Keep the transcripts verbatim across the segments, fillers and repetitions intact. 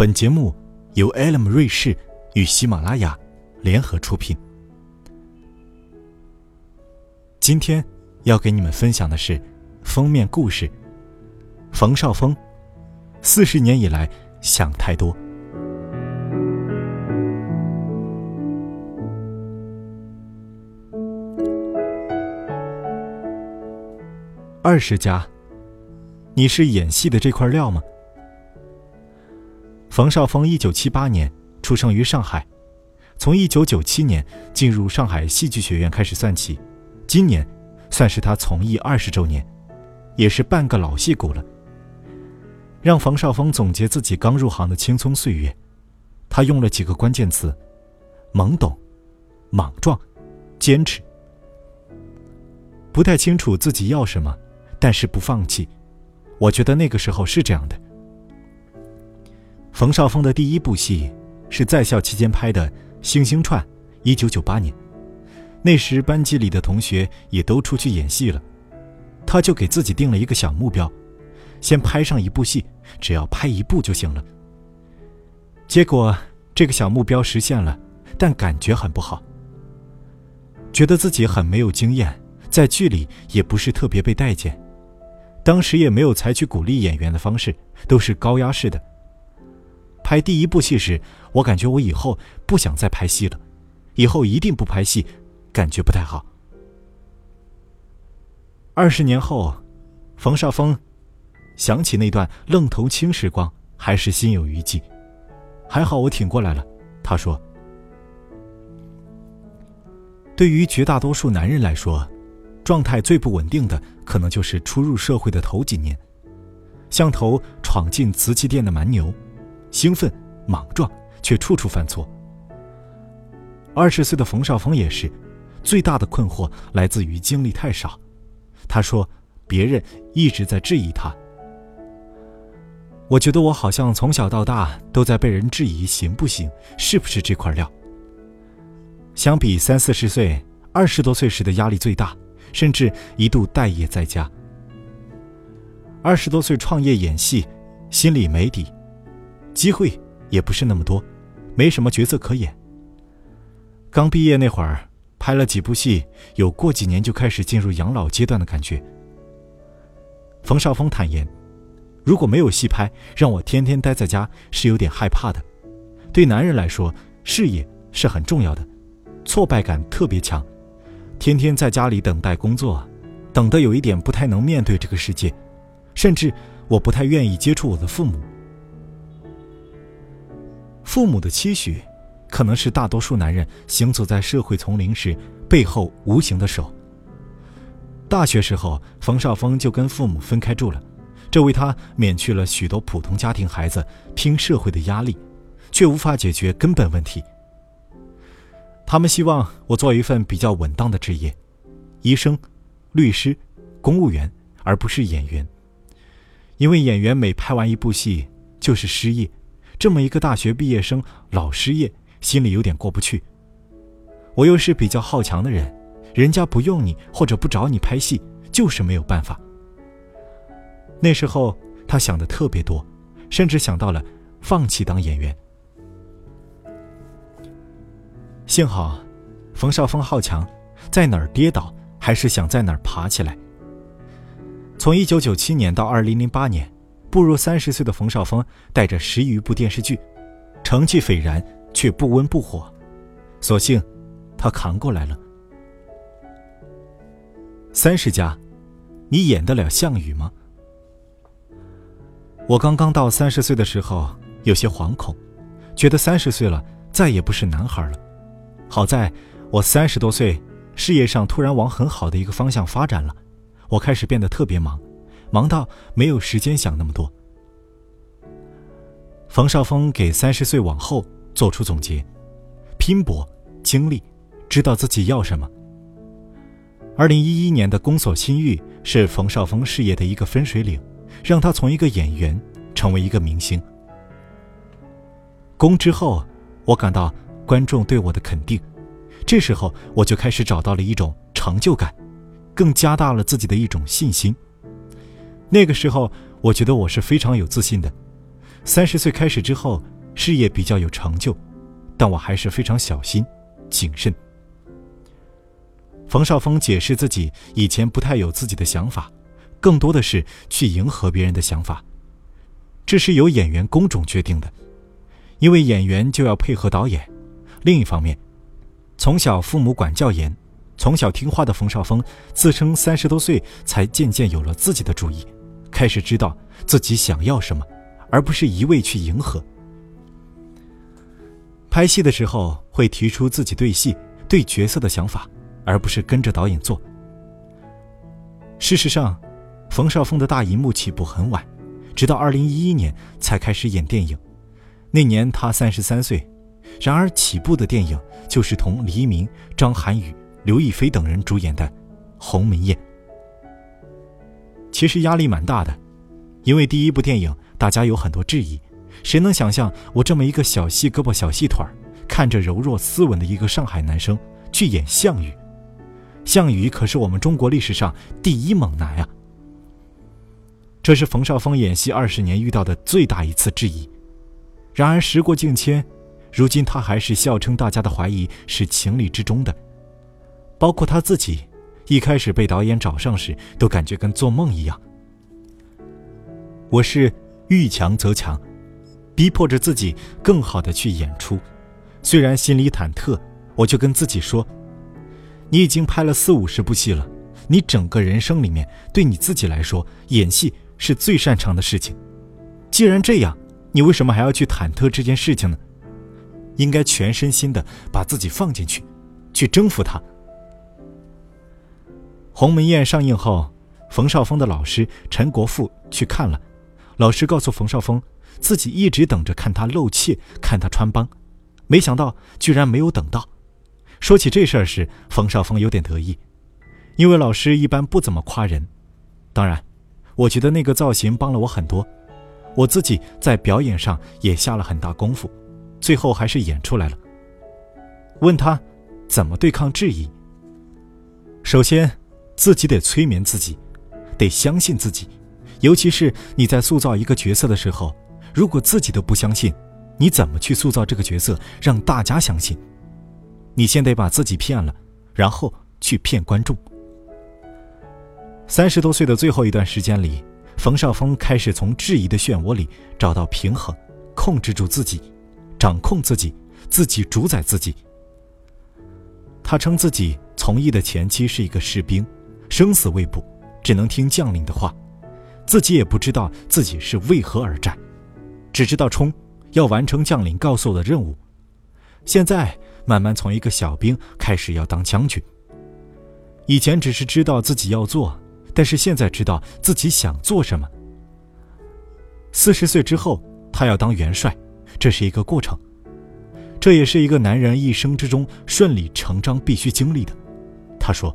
本节目由 L M 瑞士与喜马拉雅联合出品。今天要给你们分享的是封面故事，冯绍峰，四十年以来想太多。二十加，你是演戏的这块料吗？冯绍峰一九七八年出生于上海，从一九九七年进入上海戏剧学院开始算起，今年算是他从艺二十周年，也是半个老戏骨了。让冯绍峰总结自己刚入行的青葱岁月，他用了几个关键词：懵懂、莽撞、坚持。不太清楚自己要什么，但是不放弃。我觉得那个时候是这样的。冯绍峰的第一部戏是在校期间拍的《星星串》，一九九八年。那时班级里的同学也都出去演戏了，他就给自己定了一个小目标，先拍上一部戏，只要拍一部就行了。结果这个小目标实现了，但感觉很不好，觉得自己很没有经验，在剧里也不是特别被待见。当时也没有采取鼓励演员的方式，都是高压式的。拍第一部戏时，我感觉我以后不想再拍戏了，以后一定不拍戏，感觉不太好。二十年后，冯绍峰想起那段愣头青时光，还是心有余悸。还好我挺过来了，他说。对于绝大多数男人来说，状态最不稳定的可能就是初入社会的头几年，像头闯进瓷器店的蛮牛，兴奋莽撞，却处处犯错。二十岁的冯绍峰也是，最大的困惑来自于经历太少。他说别人一直在质疑他。我觉得我好像从小到大都在被人质疑行不行，是不是这块料。相比三四十岁，二十多岁时的压力最大，甚至一度待业在家。二十多岁创业演戏，心里没底，机会也不是那么多，没什么角色可演。刚毕业那会儿，拍了几部戏，有过几年就开始进入养老阶段的感觉。冯绍峰坦言，如果没有戏拍，让我天天待在家是有点害怕的。对男人来说，事业是很重要的，挫败感特别强，天天在家里等待工作，等得有一点不太能面对这个世界，甚至我不太愿意接触我的父母。父母的期许可能是大多数男人行走在社会丛林时背后无形的手。大学时候，冯绍峰就跟父母分开住了，这为他免去了许多普通家庭孩子拼社会的压力，却无法解决根本问题。他们希望我做一份比较稳当的职业，医生、律师、公务员，而不是演员。因为演员每拍完一部戏就是失业，这么一个大学毕业生老失业，心里有点过不去。我又是比较好强的人，人家不用你或者不找你拍戏，就是没有办法。那时候他想的特别多，甚至想到了放弃当演员。幸好冯绍峰好强，在哪儿跌倒还是想在哪儿爬起来。从一九九七年到二零零八年，步入三十岁的冯绍峰带着十余部电视剧，成绩斐然，却不温不火，所幸他扛过来了。三十加，你演得了项羽吗？我刚刚到三十岁的时候有些惶恐，觉得三十岁了再也不是男孩了。好在我三十多岁，事业上突然往很好的一个方向发展了，我开始变得特别忙，忙到没有时间想那么多。冯绍峰给三十岁往后做出总结：拼搏、经历，知道自己要什么。二零一一年的宫锁心玉是冯绍峰事业的一个分水岭，让他从一个演员成为一个明星。宫之后，我感到观众对我的肯定，这时候我就开始找到了一种成就感，更加大了自己的一种信心。那个时候我觉得我是非常有自信的， 三十岁开始之后，事业比较有成就，但我还是非常小心、谨慎。冯绍峰解释自己以前不太有自己的想法，更多的是去迎合别人的想法。这是由演员工种决定的，因为演员就要配合导演。另一方面，从小父母管教严，从小听话的冯绍峰自称三十多岁才渐渐有了自己的主意，开始知道自己想要什么，而不是一味去迎合。拍戏的时候会提出自己对戏、对角色的想法，而不是跟着导演做。事实上，冯绍峰的大荧幕起步很晚，直到二零一一年才开始演电影。那年他三十三岁，然而起步的电影就是同黎明、张涵予、刘亦菲等人主演的《鸿门宴》。其实压力蛮大的，因为第一部电影大家有很多质疑，谁能想象我这么一个小细胳膊小细腿儿，看着柔弱斯文的一个上海男生去演项羽？项羽可是我们中国历史上第一猛男啊！这是冯绍峰演戏二十年遇到的最大一次质疑。然而时过境迁，如今他还是笑称大家的怀疑是情理之中的。包括他自己，一开始被导演找上时，都感觉跟做梦一样。我是遇强则强，逼迫着自己更好地去演出。虽然心里忐忑，我就跟自己说，你已经拍了四五十部戏了，你整个人生里面对你自己来说，演戏是最擅长的事情。既然这样，你为什么还要去忐忑这件事情呢？应该全身心的把自己放进去，去征服它。鸿门宴上映后，冯绍峰的老师陈国富去看了，老师告诉冯绍峰，自己一直等着看他露怯，看他穿帮，没想到居然没有等到。说起这事儿时，冯绍峰有点得意，因为老师一般不怎么夸人。当然，我觉得那个造型帮了我很多，我自己在表演上也下了很大功夫，最后还是演出来了。问他怎么对抗质疑？首先，自己得催眠自己，得相信自己。尤其是你在塑造一个角色的时候，如果自己都不相信，你怎么去塑造这个角色，让大家相信？你先得把自己骗了，然后去骗观众。三十多岁的最后一段时间里，冯绍峰开始从质疑的漩涡里找到平衡，控制住自己，掌控自己，自己主宰自己。他称自己从役的前期是一个士兵，生死未卜，只能听将领的话，自己也不知道自己是为何而战，只知道冲，要完成将领告诉我的任务。现在慢慢从一个小兵开始要当将军。以前只是知道自己要做，但是现在知道自己想做什么。四十岁之后，他要当元帅，这是一个过程，这也是一个男人一生之中顺理成章必须经历的。他说，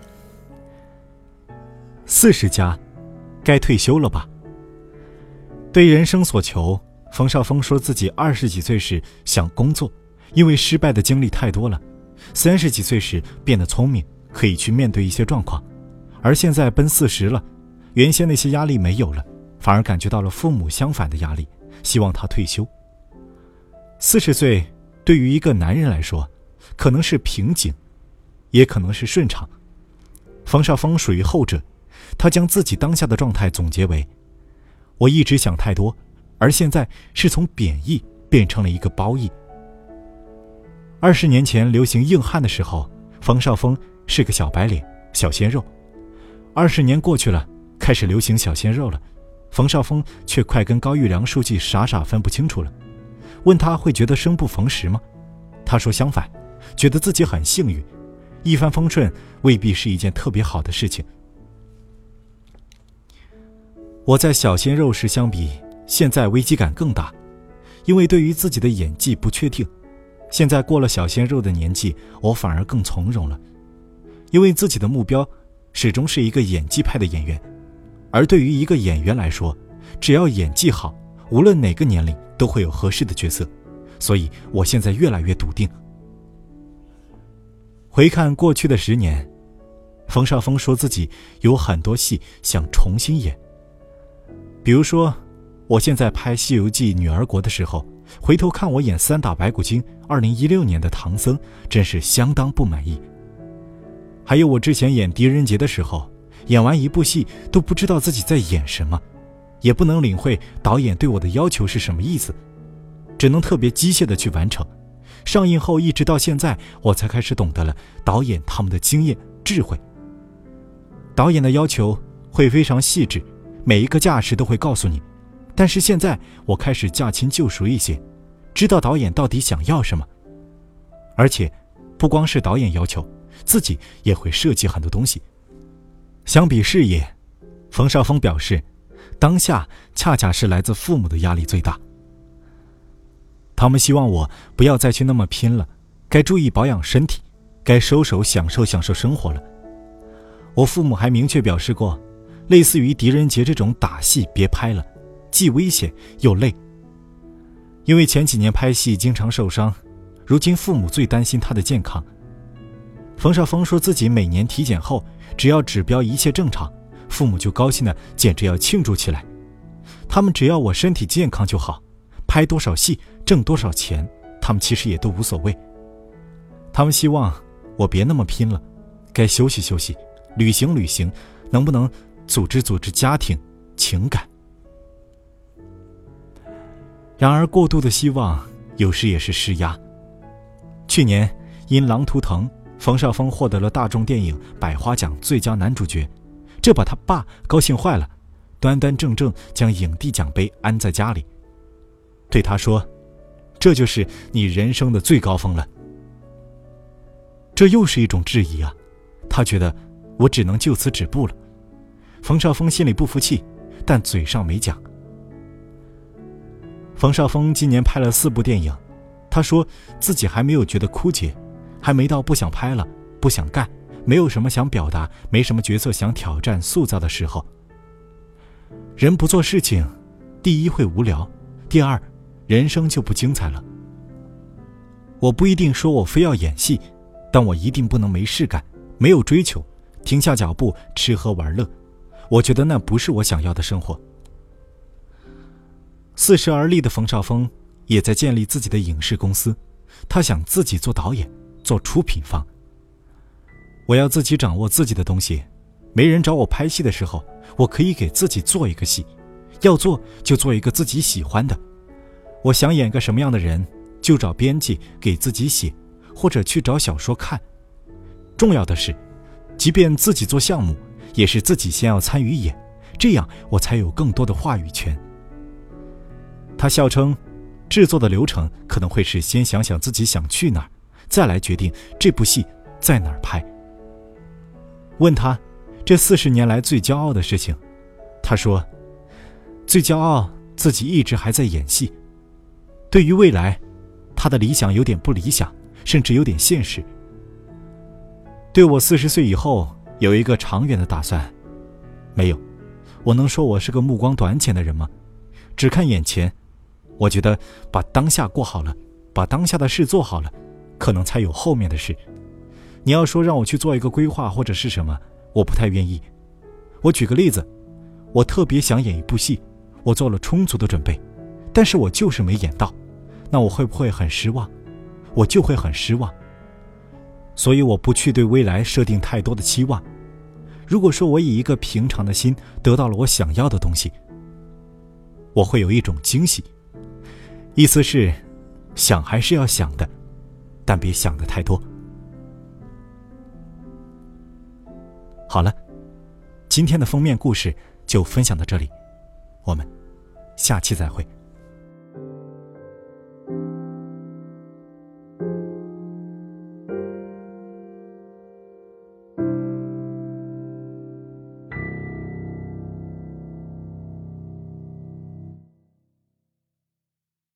四十加，该退休了吧？对人生所求，冯绍峰说自己二十几岁时想工作，因为失败的经历太多了，三十几岁时变得聪明，可以去面对一些状况，而现在奔四十了，原先那些压力没有了，反而感觉到了父母相反的压力，希望他退休。四十岁对于一个男人来说，可能是瓶颈，也可能是顺畅。冯绍峰属于后者，他将自己当下的状态总结为，我一直想太多，而现在是从贬义变成了一个褒义。二十年前流行硬汉的时候，冯绍峰是个小白脸、小鲜肉。二十年过去了，开始流行小鲜肉了，冯绍峰却快跟高育良书记傻傻分不清楚了。问他会觉得生不逢时吗？他说相反，觉得自己很幸运，一帆风顺未必是一件特别好的事情。我在小鲜肉时相比，现在危机感更大，因为对于自己的演技不确定。现在过了小鲜肉的年纪，我反而更从容了，因为自己的目标始终是一个演技派的演员，而对于一个演员来说，只要演技好，无论哪个年龄都会有合适的角色，所以我现在越来越笃定。回看过去的十年，冯绍峰说自己有很多戏想重新演，比如说我现在拍《西游记》女儿国的时候，回头看我演三打白骨精二零一六年的唐僧，真是相当不满意。还有我之前演狄仁杰的时候，演完一部戏都不知道自己在演什么，也不能领会导演对我的要求是什么意思，只能特别机械的去完成。上映后一直到现在，我才开始懂得了导演他们的经验智慧。导演的要求会非常细致，每一个架势都会告诉你，但是现在我开始驾轻就熟一些，知道导演到底想要什么。而且不光是导演要求，自己也会设计很多东西。相比事业，冯绍峰表示，当下恰恰是来自父母的压力最大。他们希望我不要再去那么拼了，该注意保养身体，该收手享受享受生活了。我父母还明确表示过，类似于狄仁杰这种打戏别拍了，既危险又累。因为前几年拍戏经常受伤，如今父母最担心他的健康。冯绍峰说自己每年体检后，只要指标一切正常，父母就高兴的简直要庆祝起来。他们只要我身体健康就好，拍多少戏挣多少钱，他们其实也都无所谓。他们希望我别那么拼了，该休息休息，旅行旅行，能不能组织组织家庭情感。然而过度的希望有时也是施压。去年因《狼图腾》，冯绍峰获得了大众电影百花奖最佳男主角，这把他爸高兴坏了，端端正正将影帝奖杯安在家里，对他说，这就是你人生的最高峰了。这又是一种质疑啊，他觉得我只能就此止步了。冯绍峰心里不服气，但嘴上没讲。冯绍峰今年拍了四部电影，他说自己还没有觉得枯竭，还没到不想拍了，不想干，没有什么想表达，没什么角色想挑战塑造的时候。人不做事情，第一会无聊，第二人生就不精彩了。我不一定说我非要演戏，但我一定不能没事干，没有追求，停下脚步吃喝玩乐，我觉得那不是我想要的生活。四十而立的冯绍峰也在建立自己的影视公司，他想自己做导演，做出品方。我要自己掌握自己的东西，没人找我拍戏的时候，我可以给自己做一个戏，要做就做一个自己喜欢的。我想演个什么样的人，就找编辑给自己写，或者去找小说看。重要的是，即便自己做项目，也是自己先要参与演，这样我才有更多的话语权。他笑称，制作的流程可能会是先想想自己想去哪儿，再来决定这部戏在哪儿拍。问他这四十年来最骄傲的事情，他说，最骄傲自己一直还在演戏。对于未来，他的理想有点不理想，甚至有点现实。对我四十岁以后有一个长远的打算，没有。我能说我是个目光短浅的人吗？只看眼前。我觉得把当下过好了，把当下的事做好了，可能才有后面的事。你要说让我去做一个规划或者是什么，我不太愿意。我举个例子，我特别想演一部戏，我做了充足的准备，但是我就是没演到，那我会不会很失望？我就会很失望。所以我不去对未来设定太多的期望。如果说我以一个平常的心得到了我想要的东西，我会有一种惊喜。意思是，想还是要想的，但别想得太多。好了，今天的封面故事就分享到这里，我们下期再会。